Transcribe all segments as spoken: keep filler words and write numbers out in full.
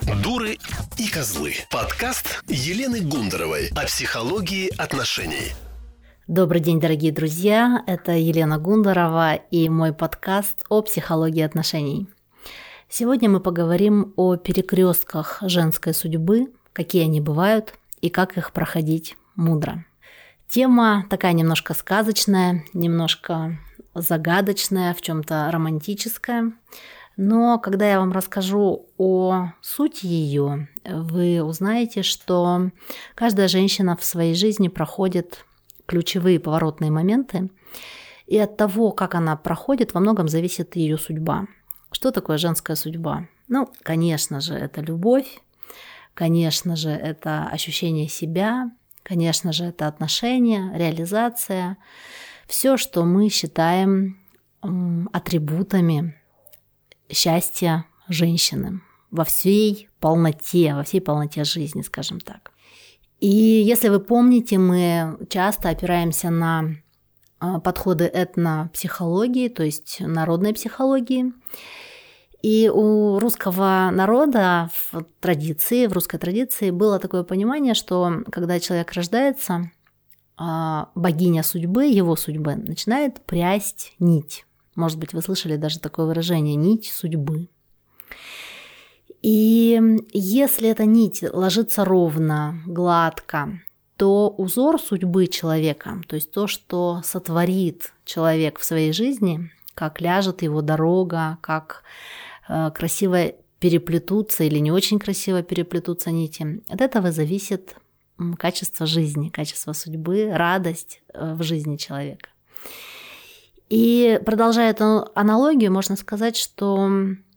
Дуры и козлы. Подкаст Елены Гундаровой о психологии отношений. Добрый день, дорогие друзья. Это Елена Гундарова и мой подкаст о психологии отношений. Сегодня мы поговорим о перекрестках женской судьбы, какие они бывают и как их проходить мудро. Тема такая немножко сказочная, немножко загадочная, в чем-то романтическая. Но когда я вам расскажу о сути ее, вы узнаете, что каждая женщина в своей жизни проходит ключевые поворотные моменты, и от того, как она проходит, во многом зависит ее судьба. Что такое женская судьба? Ну, конечно же, это любовь, конечно же, это ощущение себя, конечно же, это отношения, реализация, все, что мы считаем атрибутами счастья женщины во всей полноте, во всей полноте жизни, скажем так. И если вы помните, мы часто опираемся на подходы этнопсихологии, то есть народной психологии. И у русского народа в традиции, в русской традиции было такое понимание, что когда человек рождается, богиня судьбы, его судьбы, начинает прясть нить. Может быть, вы слышали даже такое выражение «нить судьбы». И если эта нить ложится ровно, гладко, то узор судьбы человека, то есть то, что сотворит человек в своей жизни, как ляжет его дорога, как красиво переплетутся или не очень красиво переплетутся нити, от этого зависит качество жизни, качество судьбы, радость в жизни человека. И продолжая эту аналогию, можно сказать, что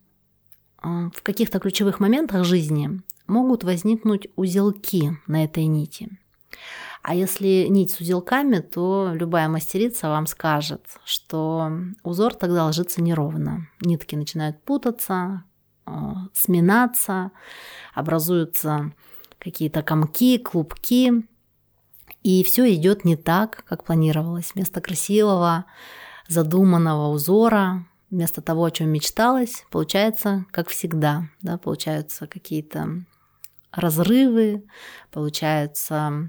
в каких-то ключевых моментах жизни могут возникнуть узелки на этой нити. А если нить с узелками, то любая мастерица вам скажет, что узор тогда ложится неровно. Нитки начинают путаться, сминаться, образуются какие-то комки, клубки, и все идет не так, как планировалось. Вместо красивого задуманного узора, вместо того, о чем мечталось, получается, как всегда, да, получаются какие-то разрывы, получаются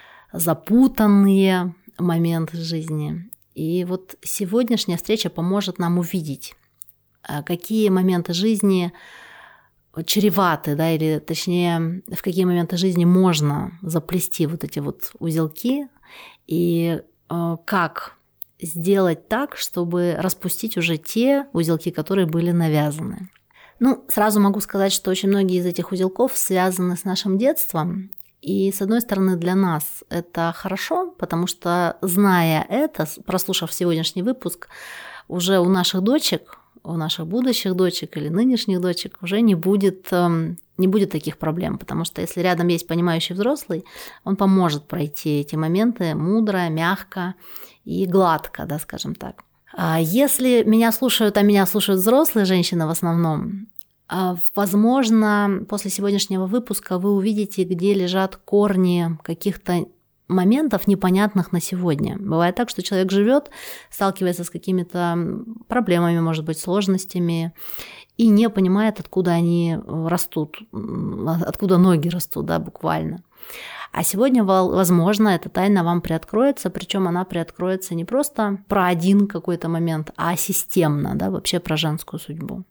запутанные моменты жизни. И вот сегодняшняя встреча поможет нам увидеть, какие моменты жизни чреваты, да, или точнее, в какие моменты жизни можно заплести вот эти вот узелки, и как сделать так, чтобы распустить уже те узелки, которые были навязаны. Ну, сразу могу сказать, что очень многие из этих узелков связаны с нашим детством. И, с одной стороны, для нас это хорошо, потому что, зная это, прослушав сегодняшний выпуск, уже у наших дочек, у наших будущих дочек или нынешних дочек уже не будет, не будет таких проблем, потому что если рядом есть понимающий взрослый, он поможет пройти эти моменты мудро, мягко и гладко, да, скажем так. А если меня слушают, а меня слушают взрослые женщины в основном, возможно, после сегодняшнего выпуска вы увидите, где лежат корни каких-то моментов, непонятных на сегодня. Бывает так, что человек живет, сталкивается с какими-то проблемами, может быть, сложностями, и не понимает, откуда они растут, откуда ноги растут, да, буквально. А сегодня, возможно, эта тайна вам приоткроется, причем она приоткроется не просто про один какой-то момент, а системно, да, вообще про женскую судьбу.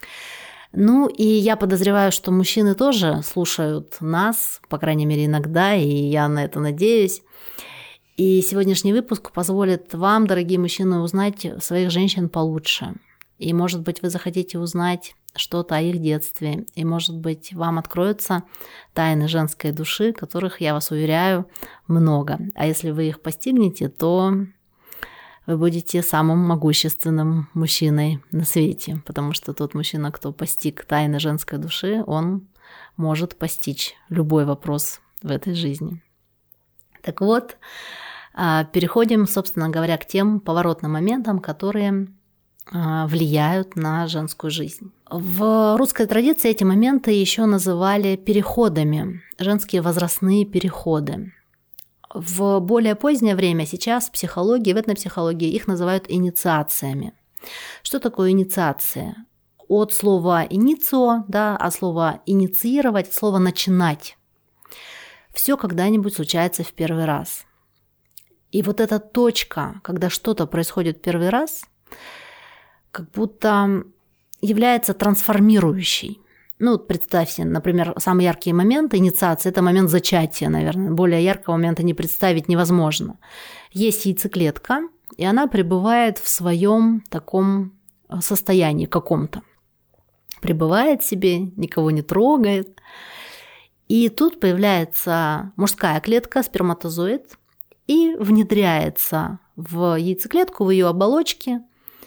Ну, и я подозреваю, что мужчины тоже слушают нас, по крайней мере, иногда, и я на это надеюсь. И сегодняшний выпуск позволит вам, дорогие мужчины, узнать своих женщин получше. И, может быть, вы захотите узнать что-то о их детстве, и, может быть, вам откроются тайны женской души, которых, я вас уверяю, много. А если вы их постигнете, то вы будете самым могущественным мужчиной на свете, потому что тот мужчина, кто постиг тайны женской души, он может постичь любой вопрос в этой жизни. Так вот, переходим, собственно говоря, к тем поворотным моментам, которые влияют на женскую жизнь. В русской традиции эти моменты еще называли переходами, женские возрастные переходы. В более позднее время сейчас в психологии, в этнопсихологии их называют инициациями. Что такое инициация? от слова «иницио», да, от слова «инициировать», слово «начинать». Все когда-нибудь случается в первый раз. И вот эта точка, когда что-то происходит в первый раз, как будто является трансформирующей. Ну, вот представьте, например, самый яркий момент инициации – это момент зачатия, наверное. Более яркого момента не представить невозможно. Есть яйцеклетка, и она пребывает в своем таком состоянии каком-то. Пребывает себе, никого не трогает. И тут появляется мужская клетка, сперматозоид, и внедряется в яйцеклетку, в ее оболочке.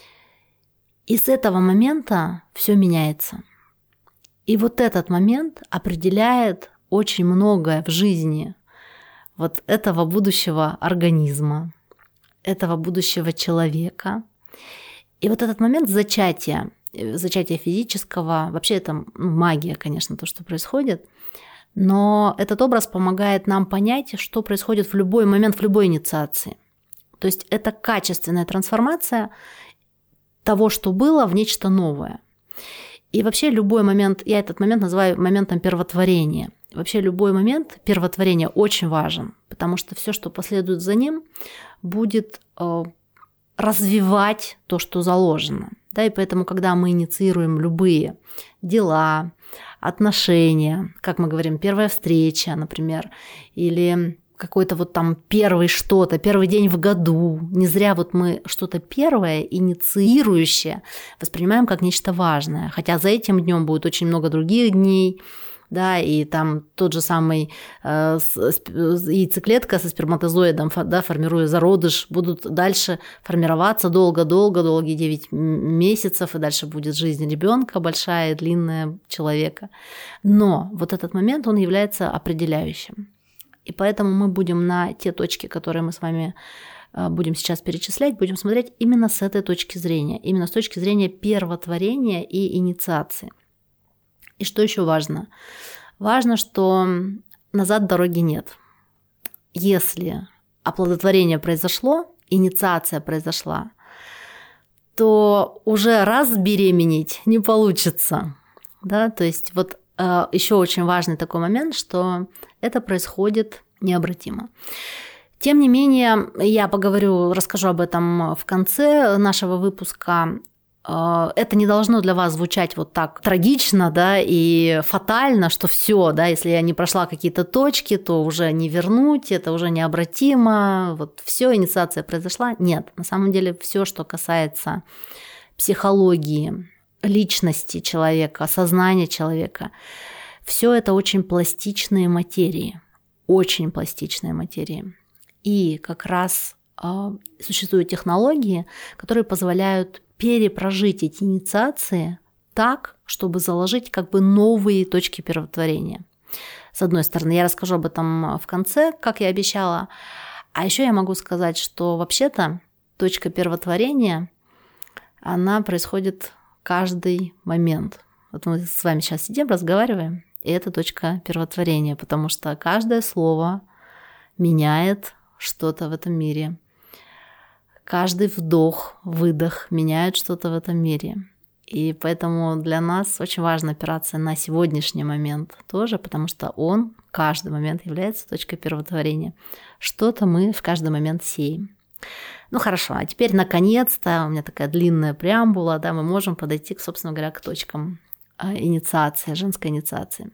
И с этого момента все меняется. И вот этот момент определяет очень многое в жизни вот этого будущего организма, этого будущего человека. И вот этот момент зачатия, зачатия физического, вообще это магия, конечно, то, что происходит, но этот образ помогает нам понять, что происходит в любой момент, в любой инициации. То есть это качественная трансформация того, что было, в нечто новое. И вообще любой момент, я этот момент называю моментом первотворения. Вообще любой момент первотворения очень важен, потому что все, что последует за ним, будет э, развивать то, что заложено. Да, и поэтому, когда мы инициируем любые дела, отношения, как мы говорим, первая встреча, например, или какой-то вот там первый что-то, первый день в году. Не зря вот мы что-то первое, инициирующее, воспринимаем как нечто важное. Хотя за этим днем будет очень много других дней, да, и там тот же самый э, яйцеклетка со сперматозоидом, да, формируя зародыш, будут дальше формироваться долго-долго, долгие девять месяцев, и дальше будет жизнь ребенка большая, длинная человека. Но вот этот момент, он является определяющим. И поэтому мы будем на те точки, которые мы с вами будем сейчас перечислять, будем смотреть именно с этой точки зрения, именно с точки зрения первотворения и инициации. И что еще важно? Важно, что назад дороги нет. Если оплодотворение произошло, инициация произошла, то уже раз беременеть не получится. Да? То есть вот еще очень важный такой момент, что это происходит необратимо. Тем не менее, я поговорю, расскажу об этом в конце нашего выпуска. Это не должно для вас звучать вот так трагично, да, и фатально, что все, да, если я не прошла какие-то точки, то уже не вернуть, это уже необратимо, вот все, инициация произошла. Нет, на самом деле все, что касается психологии, личности человека, сознания человека, все это очень пластичные материи, очень пластичные материи. И как раз э, существуют технологии, которые позволяют перепрожить эти инициации так, чтобы заложить как бы новые точки первотворения. С одной стороны, я расскажу об этом в конце, как я обещала. А еще я могу сказать, что вообще-то точка первотворения, она происходит каждый момент. Вот мы с вами сейчас сидим, разговариваем, и это точка первотворения, потому что каждое слово меняет что-то в этом мире. Каждый вдох, выдох меняет что-то в этом мире. И поэтому для нас очень важна опираться на сегодняшний момент тоже, потому что он, каждый момент является точкой первотворения. Что-то мы в каждый момент сеем. Ну хорошо, а теперь наконец-то, у меня такая длинная преамбула, да, мы можем подойти, собственно говоря, к точкам инициации, женской инициации.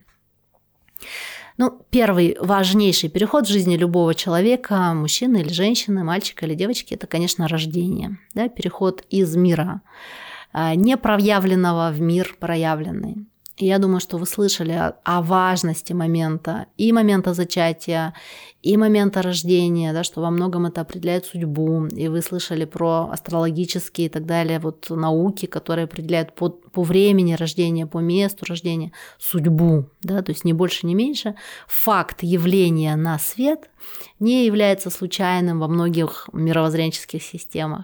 Ну, первый важнейший переход в жизни любого человека, мужчины или женщины, мальчика или девочки, это, конечно, рождение, да, переход из мира непроявленного в мир проявленный. И я думаю, что вы слышали о, о важности момента, и момента зачатия, и момента рождения, да, что во многом это определяет судьбу. И вы слышали про астрологические и так далее вот науки, которые определяют по, по времени рождения, по месту рождения судьбу, да, то есть ни больше, ни меньше. Факт явления на свет не является случайным во многих мировоззренческих системах.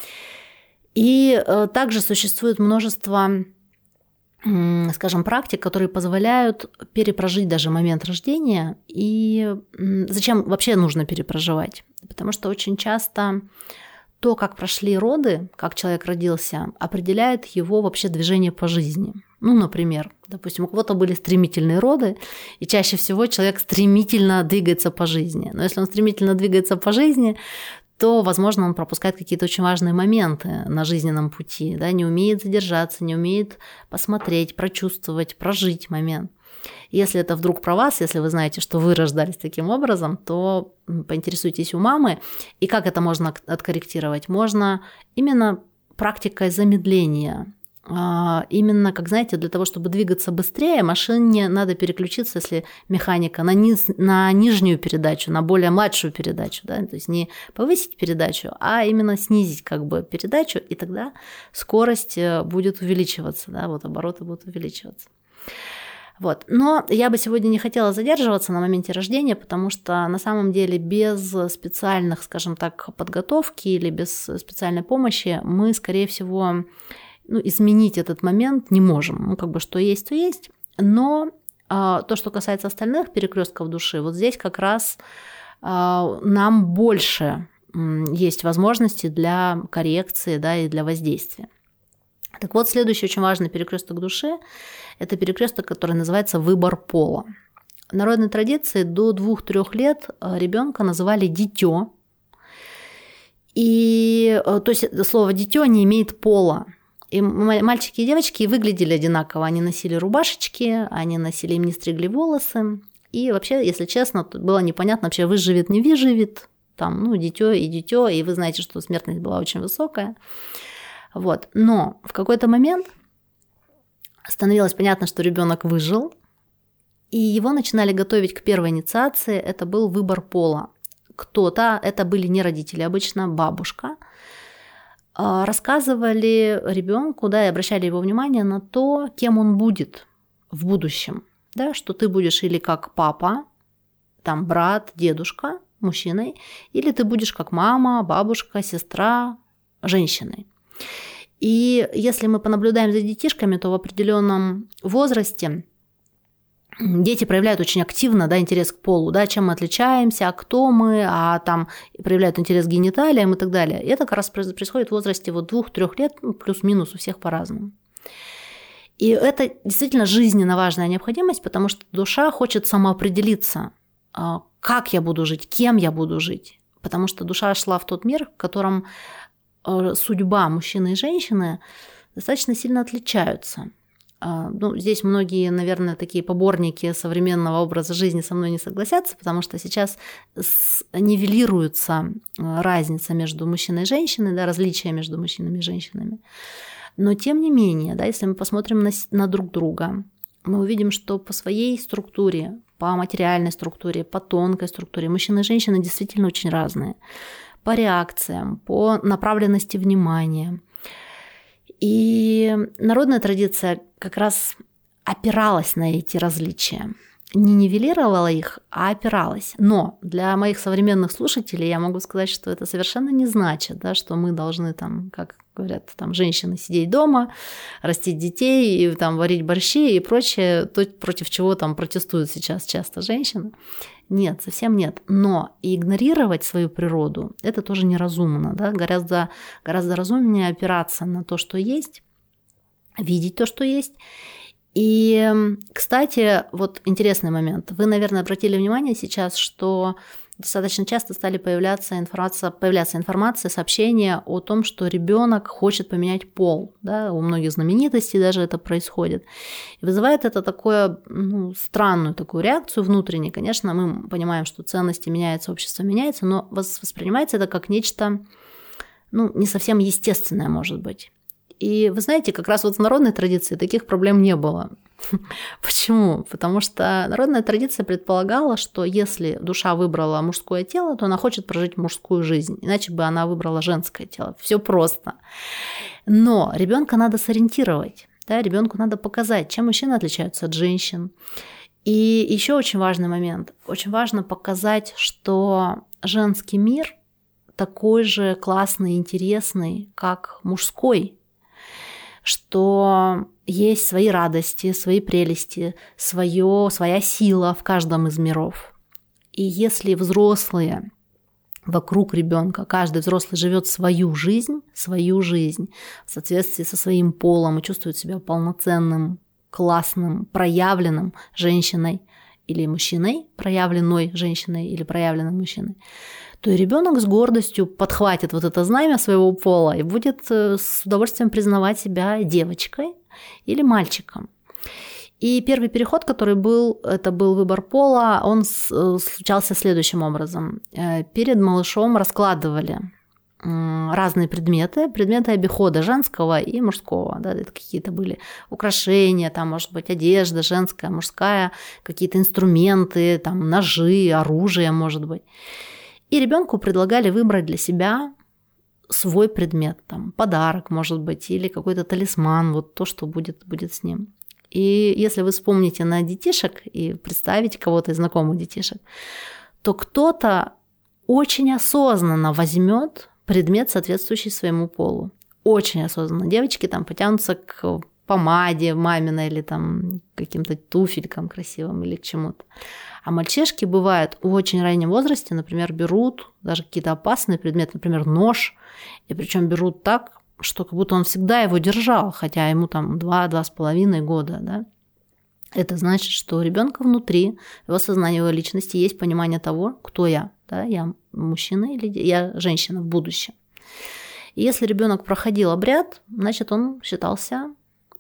И э, также существует множество, скажем, практик, которые позволяют перепрожить даже момент рождения. И зачем вообще нужно перепроживать? Потому что очень часто то, как прошли роды, как человек родился, определяет его вообще движение по жизни. Ну, например, допустим, у кого-то были стремительные роды, и чаще всего человек стремительно двигается по жизни. Но если он стремительно двигается по жизни, то, возможно, он пропускает какие-то очень важные моменты на жизненном пути, да, не умеет задержаться, не умеет посмотреть, прочувствовать, прожить момент. Если это вдруг про вас, если вы знаете, что вы рождались таким образом, то поинтересуйтесь у мамы. И как это можно откорректировать? Можно именно практикой замедления. Именно, как знаете, для того, чтобы двигаться быстрее, машине надо переключиться, если механика, на, низ, на нижнюю передачу, на более младшую передачу. Да? То есть не повысить передачу, а именно снизить как бы передачу, и тогда скорость будет увеличиваться, да? Вот обороты будут увеличиваться. Вот. Но я бы сегодня не хотела задерживаться на моменте рождения, потому что на самом деле без специальных, скажем так, подготовки или без специальной помощи мы, скорее всего, ну, изменить этот момент не можем. Ну, как бы что есть, то есть. Но а, то, что касается остальных перекрестков души, вот здесь как раз а, нам больше м, есть возможности для коррекции, да, и для воздействия. Так вот, следующий очень важный перекресток души – это перекресток, который называется выбор пола. В народной традиции до двух-трёх лет ребенка называли дитё. И, то есть слово дитё не имеет пола. И мальчики и девочки выглядели одинаково. Они носили рубашечки, они носили, им не стригли волосы. И вообще, если честно, было непонятно, вообще выживет, не выживет. Там, ну, дитё и дитё, и вы знаете, что смертность была очень высокая. Вот. Но в какой-то момент становилось понятно, что ребенок выжил, и его начинали готовить к первой инициации. Это был выбор пола. Кто-то, это были не родители обычно, бабушка, рассказывали ребенку, да, и обращали его внимание на то, кем он будет в будущем. Да, что ты будешь или как папа, там брат, дедушка, мужчиной, или ты будешь как мама, бабушка, сестра, женщиной. И если мы понаблюдаем за детишками, то в определенном возрасте дети проявляют очень активно, да, интерес к полу, да, чем мы отличаемся, а кто мы, а там проявляют интерес к гениталиям и так далее. И это как раз происходит в возрасте вот двух-трёх лет, ну, плюс-минус у всех по-разному. И это действительно жизненно важная необходимость, потому что душа хочет самоопределиться, как я буду жить, кем я буду жить. Потому что душа шла в тот мир, в котором судьба мужчины и женщины достаточно сильно отличаются. Ну, здесь многие, наверное, такие поборники современного образа жизни со мной не согласятся, потому что сейчас нивелируется разница между мужчиной и женщиной, да, различия между мужчинами и женщинами. Но тем не менее, да, если мы посмотрим на, на друг друга, мы увидим, что по своей структуре, по материальной структуре, по тонкой структуре мужчины и женщины действительно очень разные. По реакциям, по направленности внимания. И народная традиция как раз опиралась на эти различия. Не нивелировала их, а опиралась. Но для моих современных слушателей я могу сказать, что это совершенно не значит, да, что мы должны, там, как говорят, там, женщины сидеть дома, растить детей, и, там, варить борщи и прочее, то, против чего там протестуют сейчас часто женщины. Нет, совсем нет. Но и игнорировать свою природу – это тоже неразумно. Да? Гораздо, гораздо разумнее опираться на то, что есть, видеть то, что есть. И, кстати, вот интересный момент. Вы, наверное, обратили внимание сейчас, что достаточно часто стали появляться информация, появляться информация, сообщения о том, что ребенок хочет поменять пол. Да? У многих знаменитостей даже это происходит. И вызывает это такое, ну, странную такую реакцию внутреннюю. Конечно, мы понимаем, что ценности меняются, общество меняется, но воспринимается это как нечто, ну, не совсем естественное, может быть. И вы знаете, как раз вот в народной традиции таких проблем не было. Почему? Потому что народная традиция предполагала, что если душа выбрала мужское тело, то она хочет прожить мужскую жизнь, иначе бы она выбрала женское тело. Все просто. Но ребенка надо сориентировать, да, ребенку надо показать, чем мужчины отличаются от женщин. И еще очень важный момент. Очень важно показать, что женский мир такой же классный, интересный, как мужской, что есть свои радости, свои прелести, своё, своя сила в каждом из миров. И если взрослые вокруг ребенка. Каждый взрослый живет свою жизнь, свою жизнь в соответствии со своим полом и чувствует себя полноценным, классным, проявленным женщиной или мужчиной, проявленной женщиной или проявленным мужчиной, то и ребенок с гордостью подхватит вот это знамя своего пола и будет с удовольствием признавать себя девочкой или мальчиком. И первый переход, который был, это был выбор пола, он случался следующим образом. Перед малышом раскладывали разные предметы, предметы обихода женского и мужского. Да, это какие-то были украшения, там, может быть, одежда женская, мужская, какие-то инструменты, там, ножи, оружие, может быть. И ребенку предлагали выбрать для себя свой предмет, там, подарок, может быть, или какой-то талисман, вот то, что будет, будет с ним. И если вы вспомните на детишек и представите кого-то из знакомых детишек, то кто-то очень осознанно возьмет предмет, соответствующий своему полу. Очень осознанно. Девочки там потянутся к помаде маминой или там каким-то туфелькам красивым или к чему-то. А мальчишки бывают в очень раннем возрасте, например, берут даже какие-то опасные предметы, например, нож, и причем берут так, что как будто он всегда его держал, хотя ему там два-два с половиной года, да. Это значит, что у ребенка внутри, его сознания, его личности есть понимание того, кто я, да, я мужчина или я женщина в будущем. И если ребенок проходил обряд, значит, он считался,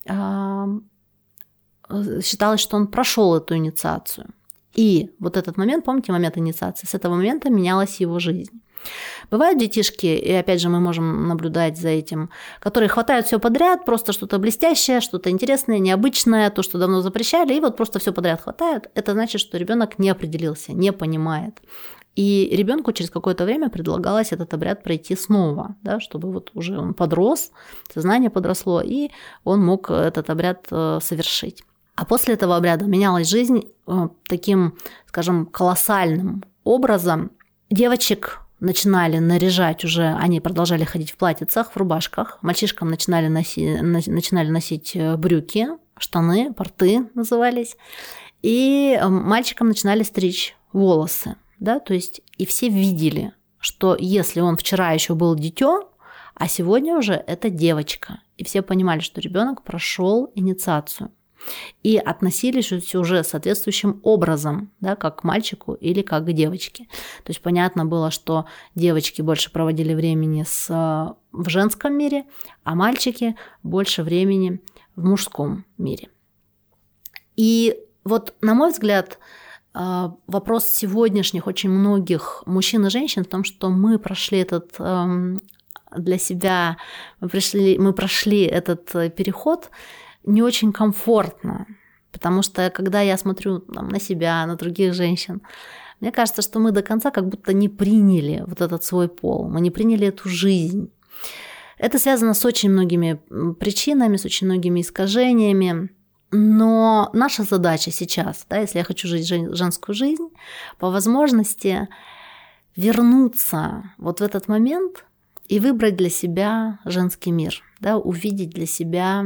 считалось, что он прошел эту инициацию. И вот этот момент, помните, момент инициации, с этого момента менялась его жизнь. Бывают детишки, и опять же мы можем наблюдать за этим, которые хватают все подряд, просто что-то блестящее, что-то интересное, необычное, то, что давно запрещали, и вот просто все подряд хватают. Это значит, что ребенок не определился, не понимает. И ребенку через какое-то время предлагалось этот обряд пройти снова, да, чтобы вот уже он подрос, сознание подросло, и он мог этот обряд совершить. А после этого обряда менялась жизнь таким, скажем, колоссальным образом. Девочек начинали наряжать уже, они продолжали ходить в платьицах, в рубашках. Мальчишкам начинали носить, начинали носить брюки, штаны, порты назывались. И мальчикам начинали стричь волосы. Да? То есть и все видели, что если он вчера еще был дитё, а сегодня уже это девочка. И все понимали, что ребенок прошел инициацию. И относились уже соответствующим образом, да, как к мальчику или как к девочке. То есть понятно было, что девочки больше проводили времени с, в женском мире, а мальчики больше времени в мужском мире. И вот, на мой взгляд, вопрос сегодняшних очень многих мужчин и женщин в том, что мы прошли этот для себя, мы, пришли, мы прошли этот переход не очень комфортно, потому что когда я смотрю там, на себя, на других женщин, мне кажется, что мы до конца как будто не приняли вот этот свой пол, мы не приняли эту жизнь. Это связано с очень многими причинами, с очень многими искажениями, но наша задача сейчас, да, если я хочу жить женскую жизнь, по возможности вернуться вот в этот момент и выбрать для себя женский мир, да, увидеть для себя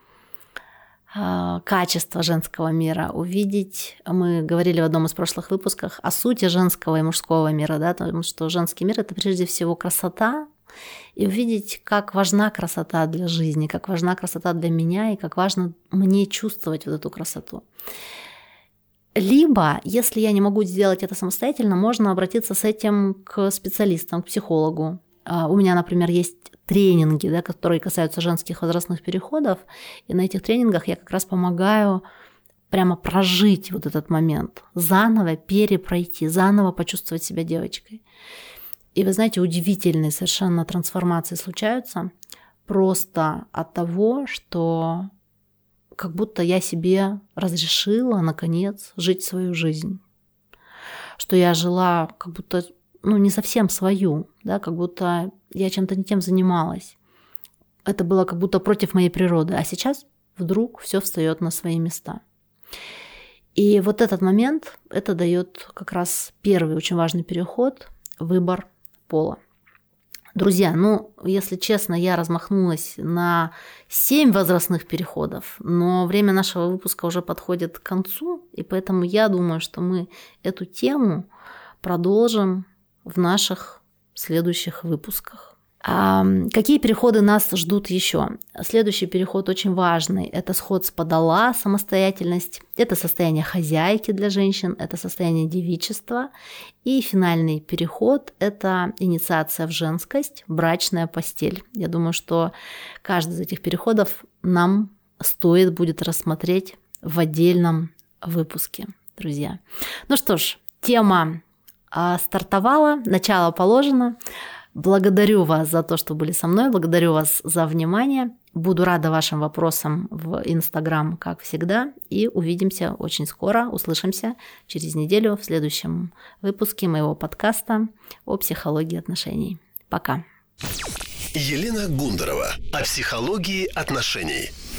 качество женского мира, увидеть, мы говорили в одном из прошлых выпусков о сути женского и мужского мира, да, потому что женский мир – это прежде всего красота, и увидеть, как важна красота для жизни, как важна красота для меня, и как важно мне чувствовать вот эту красоту. Либо, если я не могу сделать это самостоятельно, можно обратиться с этим к специалистам, к психологу. У меня, например, есть тренинги, да, которые касаются женских возрастных переходов, и на этих тренингах я как раз помогаю прямо прожить вот этот момент, заново перепройти, заново почувствовать себя девочкой. И вы знаете, удивительные совершенно трансформации случаются просто от того, что как будто я себе разрешила, наконец, жить свою жизнь. Что я жила как будто, ну, не совсем свою, да, как будто я чем-то не тем занималась. Это было как будто против моей природы. А сейчас вдруг все встает на свои места. И вот этот момент, это дает как раз первый очень важный переход, выбор пола. Друзья, ну, если честно, я размахнулась на семь возрастных переходов, но время нашего выпуска уже подходит к концу, и поэтому я думаю, что мы эту тему продолжим в наших в следующих выпусках. А какие переходы нас ждут еще? Следующий переход очень важный. Это сход с подола, самостоятельность. Это состояние хозяйки для женщин, это состояние девичества. И финальный переход – это инициация в женскость, брачная постель. Я думаю, что каждый из этих переходов нам стоит будет рассмотреть в отдельном выпуске, друзья. Ну что ж, тема стартовала, начало положено. Благодарю вас за то, что были со мной, благодарю вас за внимание. Буду рада вашим вопросам в Инстаграм, как всегда, и увидимся очень скоро, услышимся через неделю в следующем выпуске моего подкаста о психологии отношений. Пока. Елена Гундарова о психологии отношений.